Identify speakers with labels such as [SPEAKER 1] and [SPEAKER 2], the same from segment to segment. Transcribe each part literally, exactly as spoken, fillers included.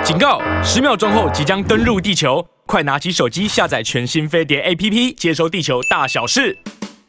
[SPEAKER 1] 警告！十秒钟后即将登陆地球，快拿起手机下载全新飞碟 A P P， 接收地球大小事。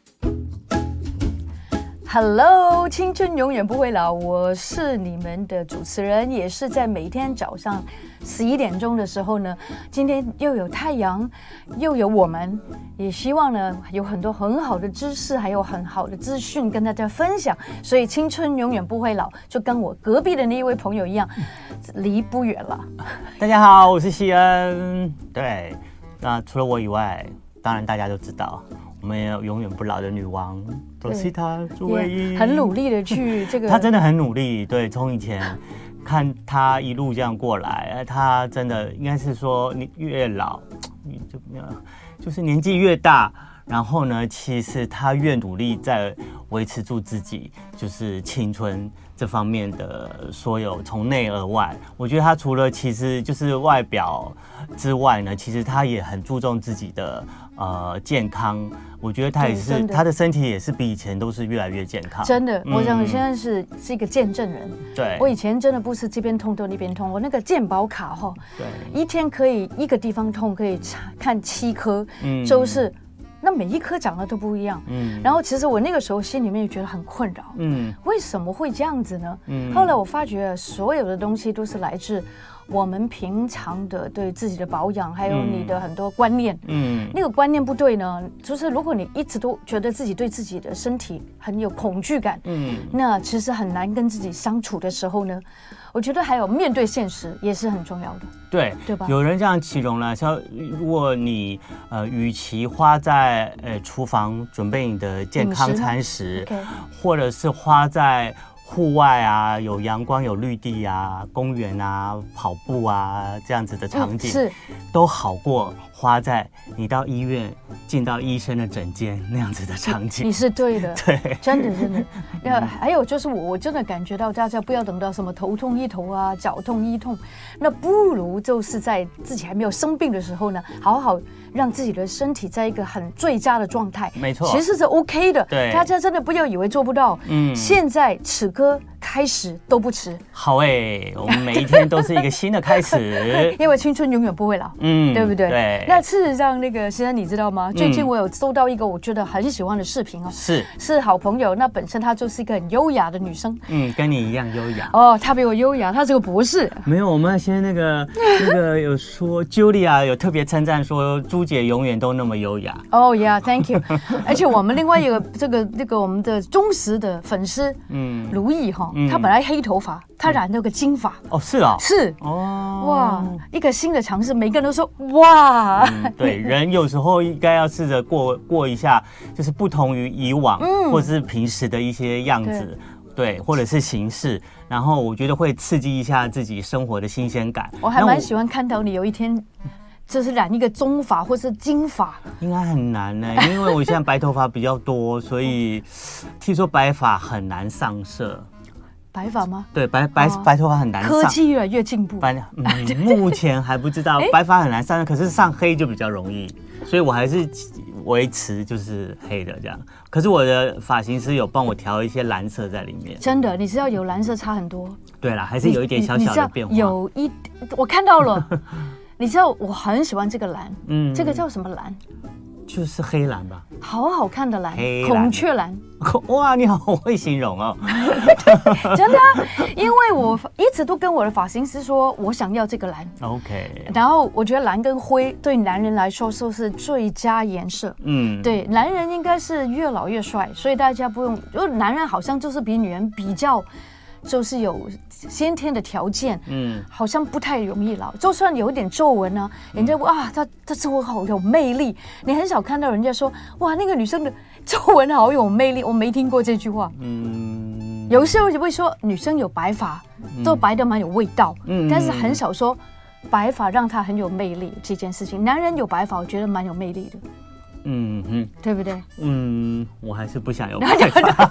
[SPEAKER 2] Hello， 青春永远不会老，我是你们的主持人，也是在每天早上十一点钟的时候呢，今天又有太阳，又有我们，也希望呢有很多很好的知识，还有很好的资讯跟大家分享，所以青春永远不会老，就跟我隔壁的那一位朋友一样，离不远了。
[SPEAKER 3] 大家好，我是希恩。对，那除了我以外，当然大家都知道。我们也有永远不老的女王Rosita朱慧英，
[SPEAKER 2] 很努力的去这个，
[SPEAKER 3] 她真的很努力。对，从以前看她一路这样过来，她真的应该是说，你越老就就是年纪越大，然后呢，其实她越努力在维持住自己，就是青春这方面的所有，从内而外。我觉得她除了其实就是外表之外呢，其实她也很注重自己的呃健康。我觉得他也是，他的身体也是比以前都是越来越健康。
[SPEAKER 2] 真的，我想我现在是、嗯、是一个见证人。
[SPEAKER 3] 对，
[SPEAKER 2] 我以前真的不是这边痛痛那边痛，我那个健保卡哈，对，一天可以一个地方痛可以看七颗，嗯，就是那每一颗长得都不一样，嗯，然后其实我那个时候心里面也觉得很困扰，嗯，为什么会这样子呢？嗯，后来我发觉所有的东西都是来自我们平常的对自己的保养，还有你的很多观念，嗯，那个观念不对呢，就是如果你一直都觉得自己对自己的身体很有恐惧感，嗯，那其实很难跟自己相处的时候呢，我觉得还有面对现实也是很重要的，
[SPEAKER 3] 对，对吧？有人这样形容了，像如果你呃，与其花在呃厨房准备你的健康餐食， okay. 或者是花在户外啊，有阳光、有绿地啊，公园啊，跑步啊，这样子的场景，嗯、是都好过花在你到医院进到医生的诊间那样子的场景。
[SPEAKER 2] 你是对的，
[SPEAKER 3] 对，
[SPEAKER 2] 真的真的。那还有就是我，我真的感觉到大家不要等到什么头痛医头啊，脚痛医痛，那不如就是在自己还没有生病的时候呢，好好让自己的身体在一个很最佳的状态。
[SPEAKER 3] 没错，
[SPEAKER 2] 其实是 OK 的。
[SPEAKER 3] 对，
[SPEAKER 2] 大家真的不要以为做不到。嗯，现在此刻开始都不迟。
[SPEAKER 3] 好哎、欸，我们每一天都是一个新的开始，
[SPEAKER 2] 因为青春永远不会老，嗯，对不对？
[SPEAKER 3] 对。
[SPEAKER 2] 那事实上，那个先生你知道吗？最近我有收到一个我觉得很喜欢的视频哦，
[SPEAKER 3] 是
[SPEAKER 2] 是好朋友，那本身她就是一个很优雅的女生，
[SPEAKER 3] 嗯，跟你一样优雅。
[SPEAKER 2] 哦，她比我优雅，她是个博士。
[SPEAKER 3] 没有，我们先那个那个有说 Julia 有特别称赞说朱姐永远都那么优雅。
[SPEAKER 2] 哦、oh, ，Yeah，Thank you 。而且我们另外一个这个这个我们的忠实的粉丝，嗯，卢毅哈，他本来黑头发，他染了个金发。
[SPEAKER 3] 哦，是啊，
[SPEAKER 2] 是哦，哇，一个新的尝试，每个人都说哇、
[SPEAKER 3] 嗯。对，人有时候应该要试着过过一下，就是不同于以往、嗯、或者是平时的一些样子。对，或者是形式，然后我觉得会刺激一下自己生活的新鲜感。
[SPEAKER 2] 我还蛮喜欢看到你有一天就是染一个棕发或是金发，
[SPEAKER 3] 应该很难呢，因为我现在白头发比较多，所以听说白发很难上色。
[SPEAKER 2] 白发吗？
[SPEAKER 3] 对，白白、哦、白头发很难上。
[SPEAKER 2] 科技越来越进步。
[SPEAKER 3] 白、嗯、目前还不知道白发很难上，可是上黑就比较容易，所以我还是维持就是黑的这样。可是我的发型师有帮我调一些蓝色在里面。
[SPEAKER 2] 真的，你知道有蓝色差很多。
[SPEAKER 3] 对啦，还是有一点小小的变化。
[SPEAKER 2] 有一，我看到了。你知道我很喜欢这个蓝，嗯，这个叫什么蓝？
[SPEAKER 3] 就是黑蓝吧，
[SPEAKER 2] 好好看的蓝，
[SPEAKER 3] 黑蓝
[SPEAKER 2] 孔雀蓝。
[SPEAKER 3] 哇，你好会形容哦。
[SPEAKER 2] 真的、啊，因为我一直都跟我的发型师说，我想要这个蓝。
[SPEAKER 3] OK。
[SPEAKER 2] 然后我觉得蓝跟灰对男人来说都是最佳颜色。嗯，对，男人应该是越老越帅，所以大家不用，因为男人好像就是比女人比较。就是有先天的条件，嗯，好像不太容易老。就算有一点皱纹呢，人家哇，她她皱纹好有魅力。你很少看到人家说哇，那个女生的皱纹好有魅力。我没听过这句话。嗯，有时候就会说女生有白发，都白得蛮有味道，嗯，但是很少说白发让她很有魅力这件事情。男人有白发，我觉得蛮有魅力的。嗯哼，对不对？
[SPEAKER 3] 嗯，我还是不想有白发。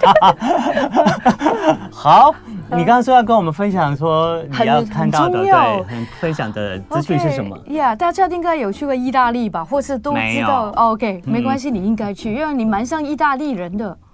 [SPEAKER 3] 好，你刚刚说要跟我们分享说你要看到的，对，很分享的资讯是什么？
[SPEAKER 2] 呀、okay, yeah, 大家应该有去过意大利吧，或是都知道。OK， 没关系，你应该去，因为你蛮像意大利人的。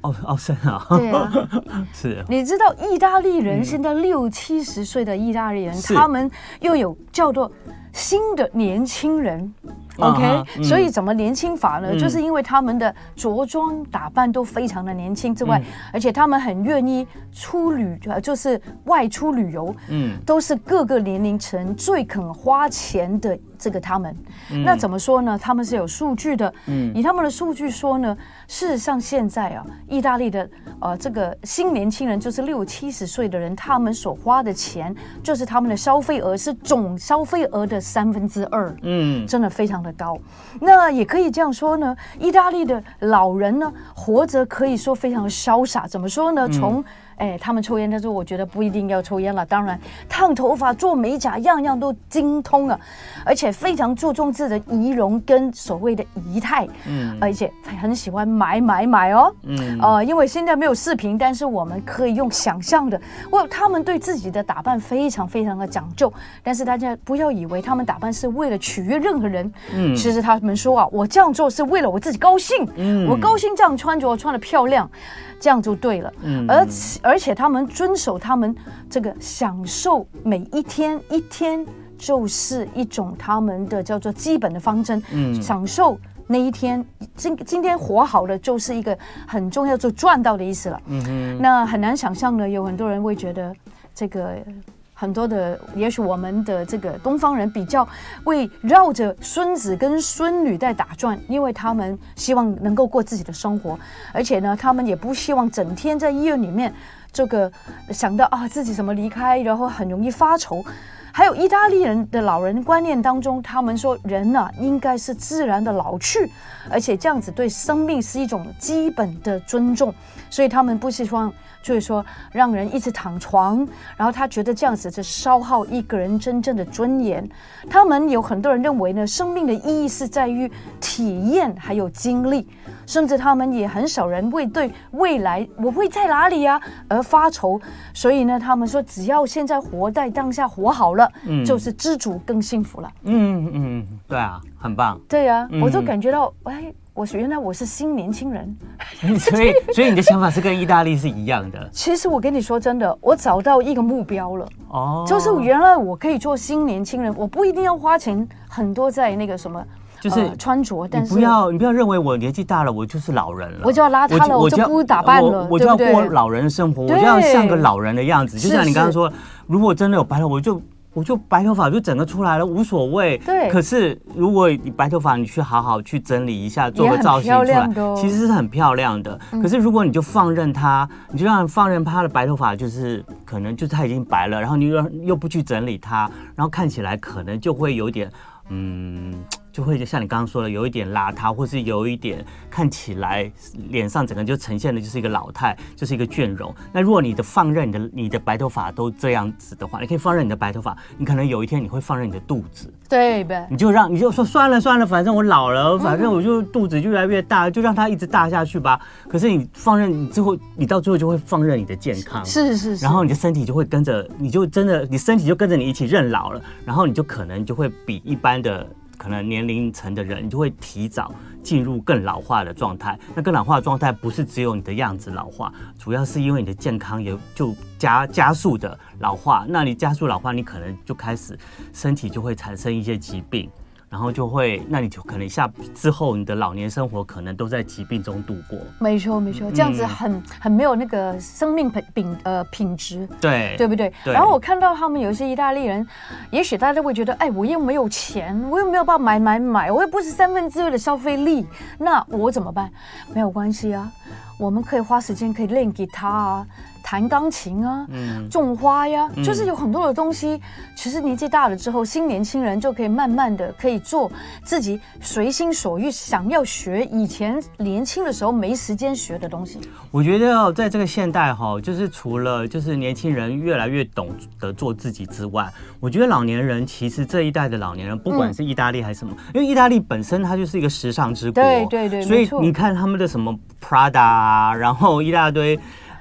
[SPEAKER 3] 哦哦，是啊，
[SPEAKER 2] 对啊，
[SPEAKER 3] 是。
[SPEAKER 2] 你知道意大利人、嗯、现在六七十岁的意大利人，他们又有叫做新的年轻人。OK，、uh-huh, 嗯、所以怎么年轻法呢、嗯？就是因为他们的着装打扮都非常的年轻之外，嗯、而且他们很愿意出旅，就是外出旅游，嗯，都是各个年龄层最肯花钱的这个他们。嗯、那怎么说呢？他们是有数据的，嗯，以他们的数据说呢，事实上现在啊，意大利的呃这个新年轻人，就是六七十岁的人，他们所花的钱，就是他们的消费额是总消费额的三分之二，嗯，真的非常的高。那也可以这样说呢，意大利的老人呢，活着可以说非常的潇洒。怎么说呢？从哎，他们抽烟，但是我觉得不一定要抽烟了。当然，烫头发、做美甲，样样都精通啊，而且非常注重自己的仪容跟所谓的仪态，嗯，而且很喜欢买买买哦，嗯，呃，因为现在没有视频，但是我们可以用想象的，哇，他们对自己的打扮非常非常的讲究。但是大家不要以为他们打扮是为了取悦任何人，嗯，其实他们说啊，我这样做是为了我自己高兴，嗯，我高兴这样穿着，我穿得漂亮。这样就对了，嗯，而而且他们遵守他们这个享受每一天一天就是一种他们的叫做基本的方针，嗯，享受那一天，今今天活好了就是一个很重要就赚到的意思了，嗯哼，那很难想象的，有很多人会觉得这个。很多的，也许我们的这个东方人比较会绕着孙子跟孙女在打转，因为他们希望能够过自己的生活，而且呢，他们也不希望整天在医院里面这个想到啊自己怎么离开，然后很容易发愁。还有意大利人的老人观念当中，他们说人啊应该是自然的老去，而且这样子对生命是一种基本的尊重，所以他们不希望就是说让人一直躺床，然后他觉得这样子是消耗一个人真正的尊严。他们有很多人认为呢，生命的意义是在于体验还有经历，甚至他们也很少人会对未来我会在哪里啊而发愁。所以呢，他们说只要现在活在当下活好了，嗯，就是知足更幸福了。
[SPEAKER 3] 嗯嗯，对啊，很棒。
[SPEAKER 2] 对啊，嗯，我就感觉到哎。我原来我是新年轻人，
[SPEAKER 3] 所以所以你的想法是跟意大利是一样的。
[SPEAKER 2] 其实我跟你说真的，我找到一个目标了，哦，就是原来我可以做新年轻人，我不一定要花钱很多在那个什么。就是、呃、穿着，但是
[SPEAKER 3] 你不要你不要认为我年纪大了，我就是老人了，
[SPEAKER 2] 我就要邋遢了，我 就, 我就不打扮了，
[SPEAKER 3] 我, 我就要过老人生活，我就要像个老人的样子。就像你刚刚说，如果真的有白头，我就我就白头发就整个出来了，无所谓。
[SPEAKER 2] 对。
[SPEAKER 3] 可是如果你白头发，你去好好去整理一下，做个造型出来，哦，其实是很漂亮的。嗯，可是如果你就放任它，你就让放任它的白头发，就是可能就是它已经白了，然后你又又不去整理它，然后看起来可能就会有点嗯。就会像你刚刚说的，有一点邋遢，或是有一点看起来脸上整个就呈现的就是一个老态，就是一个倦容。那如果你的放任你的你的白头发都这样子的话，你可以放任你的白头发，你可能有一天你会放任你的肚子，
[SPEAKER 2] 对呗？
[SPEAKER 3] 你就让你就说算了算了，反正我老了，反正我就肚子越来越大，就让它一直大下去吧。可是你放任你之后，你到最后就会放任你的健康，
[SPEAKER 2] 是是是，
[SPEAKER 3] 然后你的身体就会跟着，你就真的你身体就跟着你一起认老了，然后你就可能就会比一般的。可能年龄层的人，你就会提早进入更老化的状态。那更老化的状态不是只有你的样子老化，主要是因为你的健康也就加加速的老化。那你加速老化，你可能就开始身体就会产生一些疾病。然后就会，那你就可能下之后，你的老年生活可能都在疾病中度过。
[SPEAKER 2] 没错，没错，这样子很、嗯、很没有那个生命品呃品质，
[SPEAKER 3] 对
[SPEAKER 2] 对不对？对。然后我看到他们有一些意大利人，也许大家会觉得，哎，我又没有钱，我又没有办法买买买，我又不是三分之二的消费力，那我怎么办？没有关系啊，我们可以花时间可以练吉他啊。弹钢琴啊，嗯，种花呀，嗯，就是有很多的东西。其实年纪大了之后，新年轻人就可以慢慢的可以做自己随心所欲想要学以前年轻的时候没时间学的东西。
[SPEAKER 3] 我觉得在这个现代哈，就是除了就是年轻人越来越懂得做自己之外，我觉得老年人其实这一代的老年人，不管是意大利还是什么，嗯，因为意大利本身它就是一个时尚之国，
[SPEAKER 2] 对对对，
[SPEAKER 3] 所以你看他们的什么 Prada 啊，然后一大堆。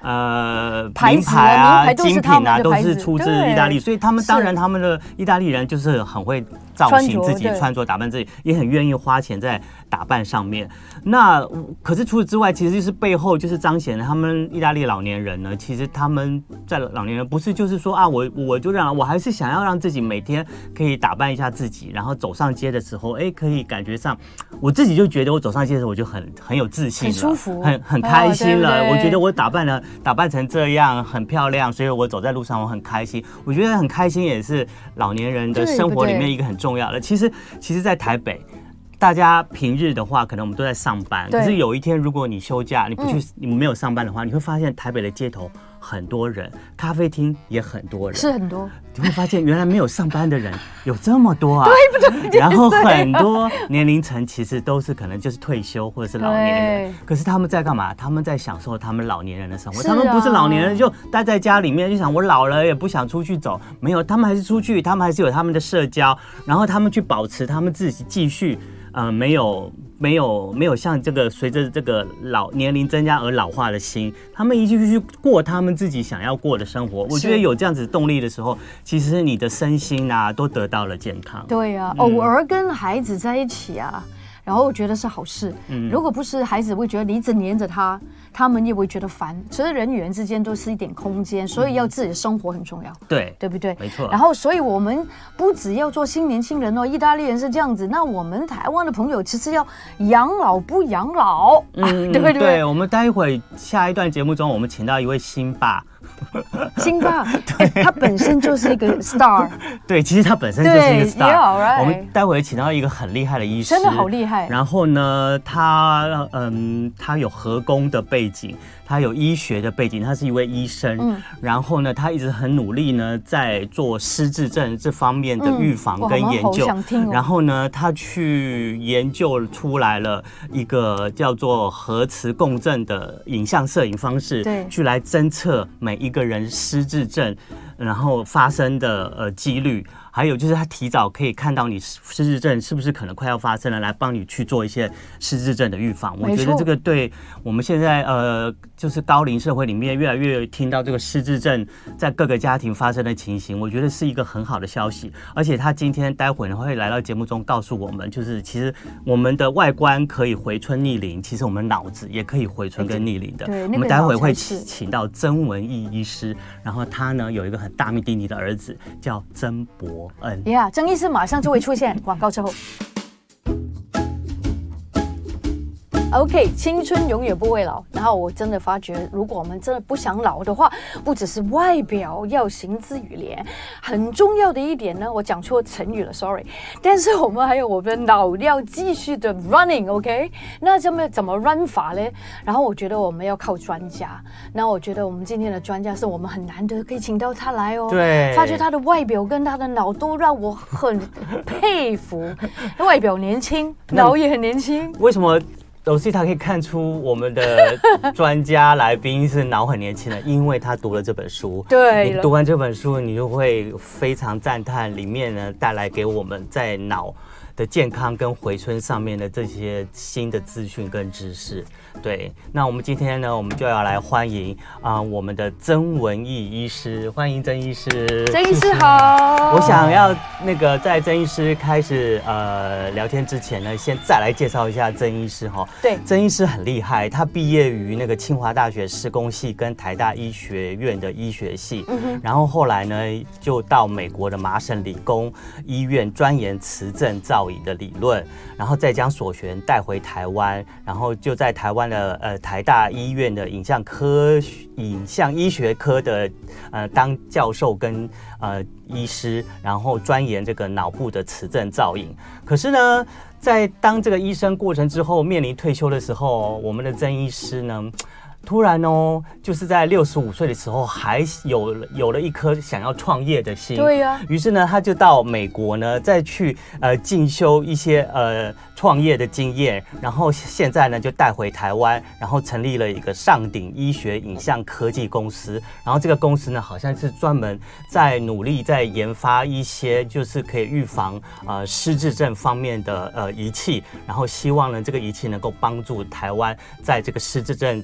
[SPEAKER 3] 呃
[SPEAKER 2] 牌
[SPEAKER 3] 名牌啊、
[SPEAKER 2] 名牌
[SPEAKER 3] 精品啊，都是出自意大利，所以他们当然他们的意大利人就是很会造型自己、穿着打扮自己，也很愿意花钱在打扮上面。那可是除此之外，其实就是背后就是彰显了他们意大利老年人呢，其实他们在老年人不是就是说啊，我我就让我还是想要让自己每天可以打扮一下自己，然后走上街的时候，哎，可以感觉上我自己就觉得我走上街的时候我就很很有自信了，
[SPEAKER 2] 很舒服，
[SPEAKER 3] 很很开心了。
[SPEAKER 2] 哦、对对，
[SPEAKER 3] 我觉得我打扮了打扮成这样很漂亮，所以我走在路上我很开心。我觉得很开心也是老年人的生活里面一个很重要的。其实其实，在台北。大家平日的话，可能我们都在上班。可是有一天，如果你休假，你不去，嗯、你没有上班的话，你会发现台北的街头很多人，咖啡厅也很多人，
[SPEAKER 2] 是很多。
[SPEAKER 3] 你会发现，原来没有上班的人有这么多啊！
[SPEAKER 2] 对不对？
[SPEAKER 3] 然后很多年龄层其实都是可能就是退休或者是老年人，可是他们在干嘛？他们在享受他们老年人的生活。啊、他们不是老年人就待在家里面，就想我老了也不想出去走。没有，他们还是出去，他们还是有他们的社交，然后他们去保持他们自己继续。呃，没有，没有，没有像这个随着这个老年龄增加而老化的心，他们一继续去过他们自己想要过的生活。我觉得有这样子动力的时候，其实你的身心啊都得到了健康。
[SPEAKER 2] 对啊，偶尔跟孩子在一起啊。然后我觉得是好事，嗯，如果不是孩子会觉得你一直黏着他，他们也会觉得烦。其实人与人之间都是一点空间，所以要自己的生活很重要，
[SPEAKER 3] 对，
[SPEAKER 2] 对不对？
[SPEAKER 3] 没错。
[SPEAKER 2] 然后，所以我们不只要做新年轻人哦，意大利人是这样子，那我们台湾的朋友其实要养老不养老，嗯，对不对？
[SPEAKER 3] 对，我们待会下一段节目中，我们请到一位新爸。
[SPEAKER 2] 辛巴，对，他本身就是一个 star。
[SPEAKER 3] 对，其实他本身就是一个 star。
[SPEAKER 2] Yeah, right.
[SPEAKER 3] 我们待会请到一个很厉害的医师，
[SPEAKER 2] 真的好厉害。
[SPEAKER 3] 然后呢，他嗯，他有核工的背景，他有医学的背景，他是一位医生。嗯。然后呢，他一直很努力呢，在做失智症这方面的预防跟研究。
[SPEAKER 2] 嗯、好想听哦。
[SPEAKER 3] 然后呢，他去研究出来了一个叫做核磁共振的影像摄影方式，
[SPEAKER 2] 对，
[SPEAKER 3] 去来侦测每一个人失智症然后发生的呃几率，还有就是他提早可以看到你失智症是不是可能快要发生了，来帮你去做一些失智症的预防。我觉得这个对我们现在呃就是高龄社会里面越来越听到这个失智症在各个家庭发生的情形，我觉得是一个很好的消息。而且他今天待会呢会来到节目中告诉我们，就是其实我们的外观可以回春逆龄，其实我们脑子也可以回春跟逆龄的。
[SPEAKER 2] 对，
[SPEAKER 3] 我们待会会请到曾文义医师，然后他呢有一个很大名鼎鼎的儿子叫曾伯恩。
[SPEAKER 2] 呀， yeah, 曾医师马上就会出现，广告之后。OK， 青春永远不会老。然后我真的发觉，如果我们真的不想老的话，不只是外表要行之于廉，很重要的一点呢，我讲错成语了 ，sorry。但是我们还有我们的脑要继续的 running，OK？、Okay? 那怎么怎么 run 法呢？然后我觉得我们要靠专家。那我觉得我们今天的专家是我们很难得可以请到他来哦。
[SPEAKER 3] 对，
[SPEAKER 2] 发觉他的外表跟他的脑都让我很佩服。外表年轻，脑也很年轻。
[SPEAKER 3] 为什么Rosita 可以看出我们的专家来宾是脑很年轻的，因为他读了这本书。
[SPEAKER 2] 对，
[SPEAKER 3] 你读完这本书，你就会非常赞叹里面呢带来给我们在脑的健康跟回春上面的这些新的资讯跟知识。对，那我们今天呢，我们就要来欢迎啊、呃、我们的曾文义医师，欢迎曾医师。
[SPEAKER 2] 曾医师好。
[SPEAKER 3] 我想要那个在曾医师开始呃聊天之前呢，先再来介绍一下曾医师哈。
[SPEAKER 2] 对，
[SPEAKER 3] 曾医师很厉害，他毕业于那个清华大学施工系跟台大医学院的医学系，嗯、然后后来呢就到美国的麻省理工医院钻研磁振造影的理论，然后再将所学带回台湾，然后就在台湾的呃台大医院的影像科影像医学科的呃当教授跟呃医师，然后钻研这个脑部的磁振造影。可是呢，在当这个医生过程之后，面临退休的时候，我们的曾医师呢，突然哦，就是在六十五岁的时候，还有有了一颗想要创业的心。
[SPEAKER 2] 对呀、啊。
[SPEAKER 3] 于是呢，他就到美国呢，再去呃进修一些呃创业的经验，然后现在呢就带回台湾，然后成立了一个上鼎医学影像科技公司。然后这个公司呢，好像是专门在努力在研发一些就是可以预防呃失智症方面的呃仪器，然后希望呢这个仪器能够帮助台湾在这个失智症这个医学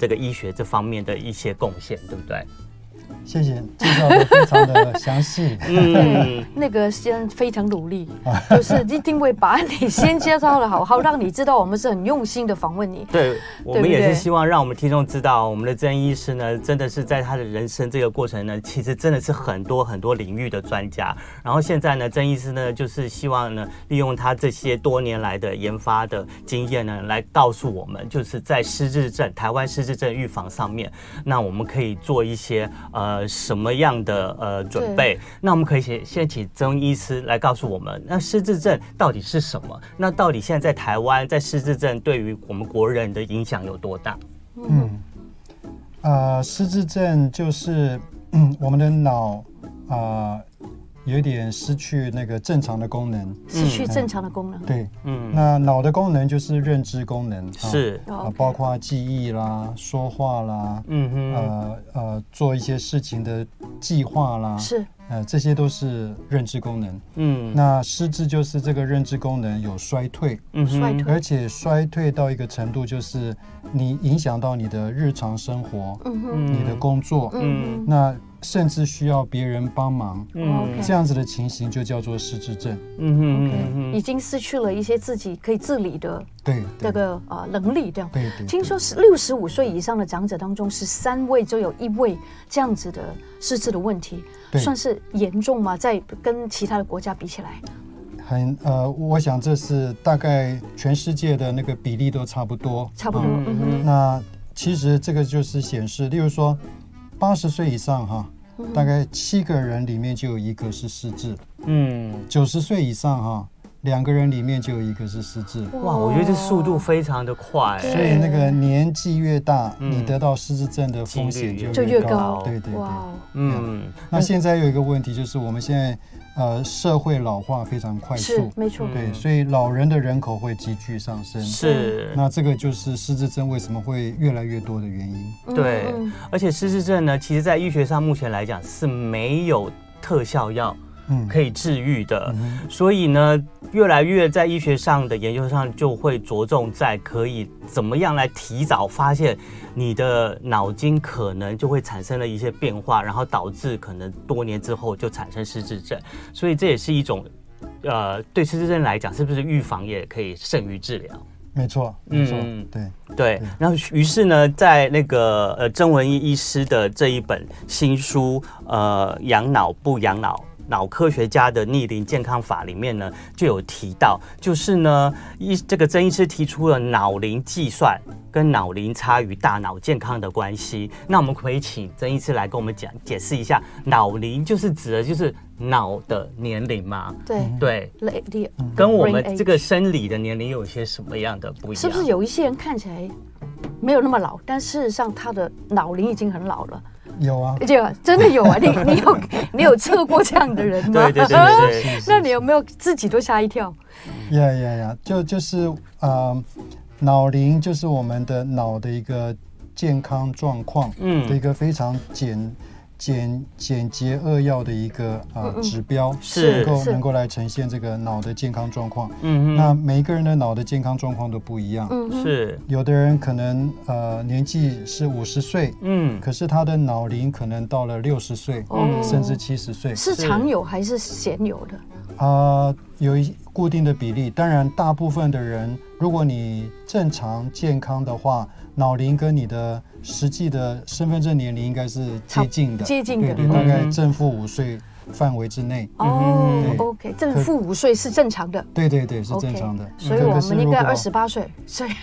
[SPEAKER 3] 学这方面的一些贡献，对不对？
[SPEAKER 4] 谢谢，介绍的非常的详细。
[SPEAKER 2] 嗯，那个先非常努力，就是一定会把你先介绍的好好，让你知道我们是很用心的访问你。
[SPEAKER 3] 对，我们也是希望让我们听众知道，我们的曾医师呢，真的是在他的人生这个过程呢，其实真的是很多很多领域的专家。然后现在呢，曾医师呢，就是希望呢，利用他这些多年来的研发的经验呢，来告诉我们，就是在失智症、台湾失智症预防上面，那我们可以做一些呃什么样的呃准备？那我们可以先先请曾医师来告诉我们，那失智症到底是什么？那到底现在在台湾，在失智症对于我们国人的影响有多大？
[SPEAKER 4] 嗯，呃，失智症就是嗯我们的脑啊。呃有一点失去那个正常的功能，
[SPEAKER 2] 失去正常的功能。
[SPEAKER 4] 嗯、对，嗯，那脑的功能就是认知功能，
[SPEAKER 3] 是
[SPEAKER 4] 啊，啊包括记忆啦、说话啦，嗯哼，呃呃，做一些事情的计划啦，
[SPEAKER 2] 是，
[SPEAKER 4] 呃，这些都是认知功能。嗯，那失智就是这个认知功能有衰退，
[SPEAKER 2] 嗯衰退，
[SPEAKER 4] 而且衰退到一个程度，就是你影响到你的日常生活，嗯哼，你的工作，嗯，那。甚至需要别人帮忙，嗯，这样子的情形就叫做失智症。
[SPEAKER 2] 嗯哼嗯哼，已经失去了一些自己可以自理的
[SPEAKER 4] 对
[SPEAKER 2] 这个呃能力，这样。
[SPEAKER 4] 对对。
[SPEAKER 2] 听说是六十五岁以上的长者当中，十三位就有一位这样子的失智的问题，算是严重吗？在跟其他的国家比起来？
[SPEAKER 4] 很呃，我想这是大概全世界的那个比例都差不多，
[SPEAKER 2] 差不多。嗯哼。
[SPEAKER 4] 那其实这个就是显示，例如说。八十岁以上哈，大概七个人里面就有一个是失智。嗯，九十岁以上哈，两个人里面就有一个是失智。
[SPEAKER 3] 哇，我觉得这速度非常的快。
[SPEAKER 4] 所以那个年纪越大，你得到失智症的风险就越高。对对对。嗯，那现在有一个问题就是，我们现在呃社会老化非常快速，
[SPEAKER 2] 是没错。
[SPEAKER 4] 对，所以老人的人口会急剧上升。
[SPEAKER 3] 是。
[SPEAKER 4] 那这个就是失智症为什么会越来越多的原因。
[SPEAKER 3] 对，而且失智症呢，其实在医学上目前来讲是没有特效药可以治愈的，嗯、所以呢，越来越在医学上的研究上就会着重在可以怎么样来提早发现你的脑筋可能就会产生了一些变化，然后导致可能多年之后就产生失智症，所以这也是一种呃对失智症来讲，是不是预防也可以胜于治疗？
[SPEAKER 4] 没错，没错，嗯、对
[SPEAKER 3] 对。然后于是呢，在那个呃曾文一医师的这一本新书呃养脑不养脑。脑科学家的逆龄健康法里面呢，就有提到，就是呢，医这个曾医师提出了脑龄计算跟脑龄差与大脑健康的关系。那我们可以请曾医师来跟我们讲解释一下，脑龄就是指的就是脑的年龄吗？
[SPEAKER 2] 对
[SPEAKER 3] 对，跟我们这个生理的年龄有些什么样的不一样？
[SPEAKER 2] 是不是有一些人看起来没有那么老，但事实上他的脑龄已经很老了？
[SPEAKER 4] 有啊，
[SPEAKER 2] 有真的有啊！你你有你有测过这样的人吗？
[SPEAKER 3] 对对对对对。
[SPEAKER 2] 那你有没有自己都吓一跳？
[SPEAKER 4] 呀呀呀！就就是呃，脑龄就是我们的脑的一个健康状况的一个非常简简简洁扼要的一个啊、呃、指标，
[SPEAKER 3] 是
[SPEAKER 4] 能够能够来呈现这个脑的健康状况。嗯，那每一个人的脑的健康状况都不一样。
[SPEAKER 3] 嗯，是
[SPEAKER 4] 有的人可能呃年纪是五十岁，嗯，可是他的脑龄可能到了六十岁，嗯，甚至七十岁。
[SPEAKER 2] 是常有还是鲜有的？
[SPEAKER 4] 啊、呃，有一固定的比例。当然，大部分的人，如果你正常健康的话，脑龄跟你的实际的身份证年龄应该是接近的，
[SPEAKER 2] 接近的，
[SPEAKER 4] 对对，大概正负五岁范围之内。
[SPEAKER 2] 哦 ，OK， 正负五岁是正常的。
[SPEAKER 4] 对对对，是正常的。
[SPEAKER 2] 所以我们应该二十八岁，所以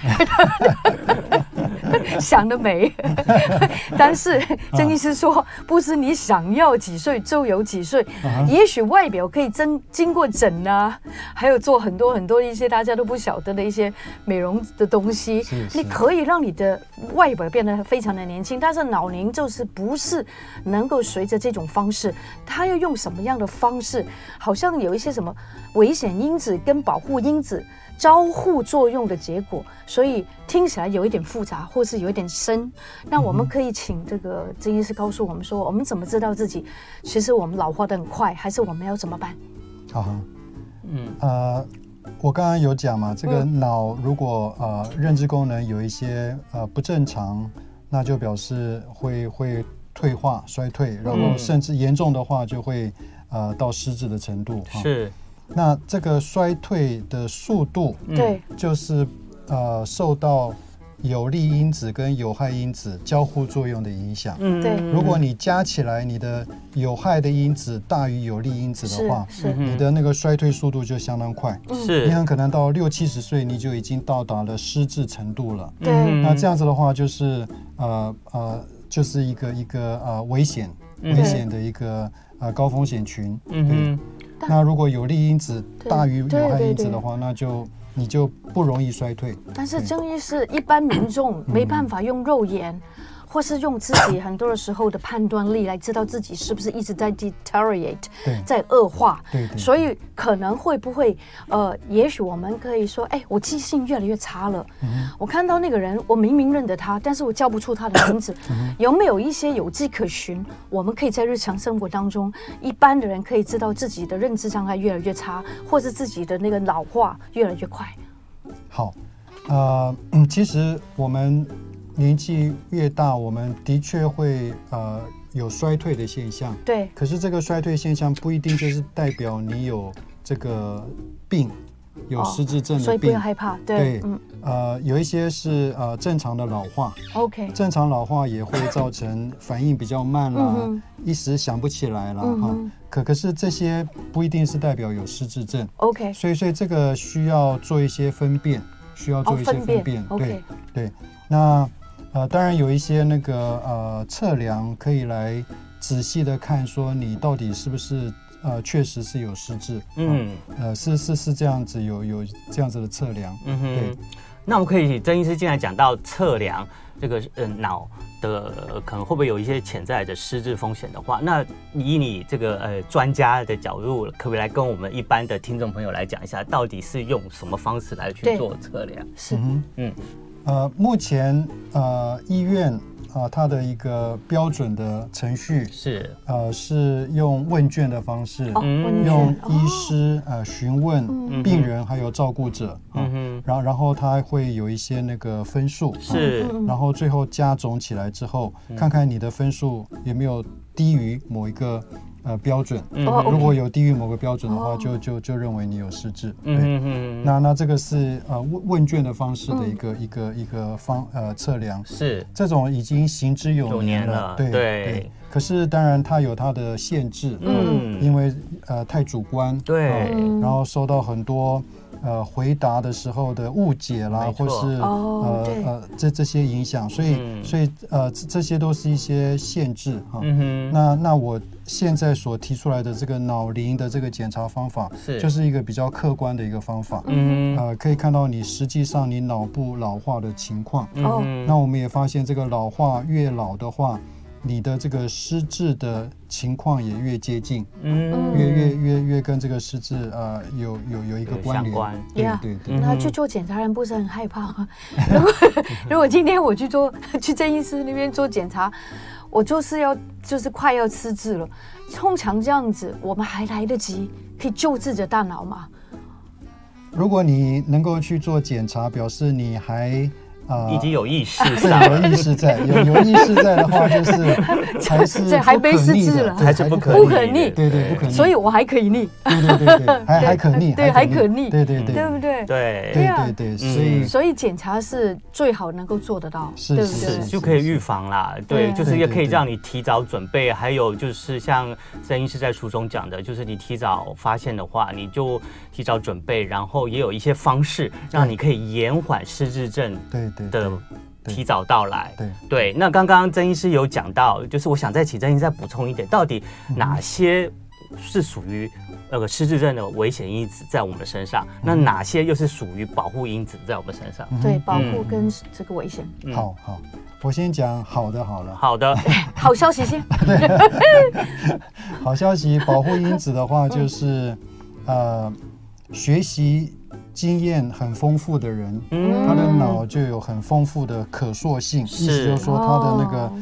[SPEAKER 2] 想得美。但是曾医师说，不是你想要几岁就有几岁，也许外表可以经经过整啊，还有做很多很多一些大家都不晓得的一些美容的东西，你可以让你的外表变得非常的年轻，但是脑龄就是不是能够随着这种方式，它要用什么样的方式？好像有一些什么危险因子跟保护因子交互作用的结果，所以听起来有一点复杂，或是有一点深。那我们可以请这个曾医师告诉我们说，我们怎么知道自己其实我们老化得很快，还是我们要怎么办？
[SPEAKER 4] 好，嗯呃，我刚刚有讲嘛，这个脑如果呃认知功能有一些呃不正常， 那就表示会会退化衰退，然后甚至严重的话就会呃到失智的程度。
[SPEAKER 3] 是，
[SPEAKER 4] 那这个衰退的速度，
[SPEAKER 2] 对，
[SPEAKER 4] 就是呃受到有利因子跟有害因子交互作用的影响。
[SPEAKER 2] 嗯，对。
[SPEAKER 4] 如果你加起来你的有害的因子大于有利因子的话，
[SPEAKER 2] 是，是
[SPEAKER 4] 你的那个衰退速度就相当快。
[SPEAKER 3] 是，
[SPEAKER 4] 你很可能到六七十岁，你就已经到达了失智程度了。
[SPEAKER 2] 对。
[SPEAKER 4] 那这样子的话，就是呃呃，就是一个一个呃危险危险的一个呃高风险群。
[SPEAKER 3] 嗯，
[SPEAKER 4] 对。那如果有利因子大于有害因子的话，那就你就不容易衰退。
[SPEAKER 2] 但是郑医师，一般民众没办法用肉眼，或是用自己很多的时候的判断力来知道自己是不是一直在 deteriorate， 在恶化。
[SPEAKER 4] 对对。
[SPEAKER 2] 所以可能会不会呃，也许我们可以说，哎，我记性越来越差了。嗯、我看到那个人，我明明认得他，但是我叫不出他的名字。嗯、有没有一些有迹可循？我们可以在日常生活当中，一般的人可以知道自己的认知障碍越来越差，或是自己的那个老化越来越快。
[SPEAKER 4] 好，呃，嗯，其实我们年纪越大，我们的确会呃有衰退的现象。
[SPEAKER 2] 对。
[SPEAKER 4] 可是这个衰退现象不一定就是代表你有这个病，有失智症的病。哦、
[SPEAKER 2] 所以不要害怕。对。
[SPEAKER 4] 对，嗯，呃，有一些是呃正常的老化。
[SPEAKER 2] OK。
[SPEAKER 4] 正常老化也会造成反应比较慢啦，嗯、一时想不起来啦，哈、嗯。可可是这些不一定是代表有失智症。
[SPEAKER 2] OK。
[SPEAKER 4] 所以所以这个需要做一些分辨。需要做一些分辨，对、
[SPEAKER 2] 哦、okay.
[SPEAKER 4] 对。那呃，当然有一些那个呃测量可以来仔细的看，说你到底是不是呃确实是有失智。嗯，呃是是是这样子，有有这样子的测量。嗯哼。对。
[SPEAKER 3] 那我们可以，曾医师进来讲到测量这个呃脑的、呃、可能会不会有一些潜在的失智风险的话，那以你这个呃专家的角度，可不可以来跟我们一般的听众朋友来讲一下，到底是用什么方式来去做测量？
[SPEAKER 2] 是，
[SPEAKER 4] 嗯嗯，呃，目前呃医院啊、呃，它的一个标准的程序
[SPEAKER 3] 是
[SPEAKER 4] 呃是用问卷的方式，
[SPEAKER 2] 哦、
[SPEAKER 4] 用医师、哦、呃询问病人还有照顾者，嗯哼，然后然后他会有一些那个分数，
[SPEAKER 3] 是、
[SPEAKER 4] 嗯，然后最后加总起来之后，嗯、看看你的分数有没有低于某一个。呃，标准，嗯，如果有低于某个标准的话，就就就认为你有失智。对，嗯嗯那那这个是呃问问卷的方式的一个、嗯、一个一个方呃测量，
[SPEAKER 3] 是
[SPEAKER 4] 这种已经行之有年了，
[SPEAKER 3] 了
[SPEAKER 4] 对 对, 对。可是当然它有它的限制，嗯，因为呃太主观，
[SPEAKER 3] 对，
[SPEAKER 4] 嗯、然后受到很多。呃，回答的时候的误解啦，或是、
[SPEAKER 2] 哦、
[SPEAKER 4] 呃呃这这些影响，所以、嗯、所以呃这这些都是一些限制哈。嗯哼。那那我现在所提出来的这个脑龄的这个检查方法，是就是一个比较客观的一个方法。嗯呃，可以看到你实际上你脑部老化的情况。哦。那我们也发现，这个老化越老的话，你的这个失智的情况也越接近，嗯，越越越越跟这个失智呃有有有一个关联，
[SPEAKER 3] 关
[SPEAKER 4] 对对对。
[SPEAKER 2] 那去做检查人不是很害怕吗？如果如果今天我去做去郑医师那边做检查，我就是要就是快要失智了，通常这样子我们还来得及可以救自己的大脑吗？
[SPEAKER 4] 如果你能够去做检查，表示你还。
[SPEAKER 3] 呃、已经有意识，
[SPEAKER 4] 对，有意识在，有有意识在的话，就是还是
[SPEAKER 2] 这还没失智了，
[SPEAKER 3] 还是不可
[SPEAKER 2] 不可逆，
[SPEAKER 4] 对对，不可逆，
[SPEAKER 2] 所以我还可以逆，
[SPEAKER 4] 对对对对，还还可逆，
[SPEAKER 2] 对，还可逆，
[SPEAKER 4] 对对对，
[SPEAKER 2] 对不对？
[SPEAKER 3] 对
[SPEAKER 4] 对对对，所以
[SPEAKER 2] 所以检查是最好能够做得到，
[SPEAKER 4] 是
[SPEAKER 2] 对不对？
[SPEAKER 3] 就可以预防啦，对，就是也可以让你提早准备，还有就是像曾医师在书中讲的，就是你提早发现的话，你就提早准备，然后也有一些方式让你可以延缓失智症
[SPEAKER 4] 对对
[SPEAKER 3] 的。提早到来，
[SPEAKER 4] 对
[SPEAKER 3] 对。那刚刚曾医师有讲到，就是我想再请曾医师再补充一点，到底哪些是属于那个失智症的危险因子在我们身上，嗯、那哪些又是属于保护因子在我们身上？
[SPEAKER 2] 嗯、对，保护跟这个危险。
[SPEAKER 4] 嗯、好好，我先讲好的好了。
[SPEAKER 3] 好的，
[SPEAKER 2] 好消息先。
[SPEAKER 4] 好消息，保护因子的话就是，嗯、呃，学习。经验很丰富的人，嗯、他的脑就有很丰富的可塑性，意思就是说他的那个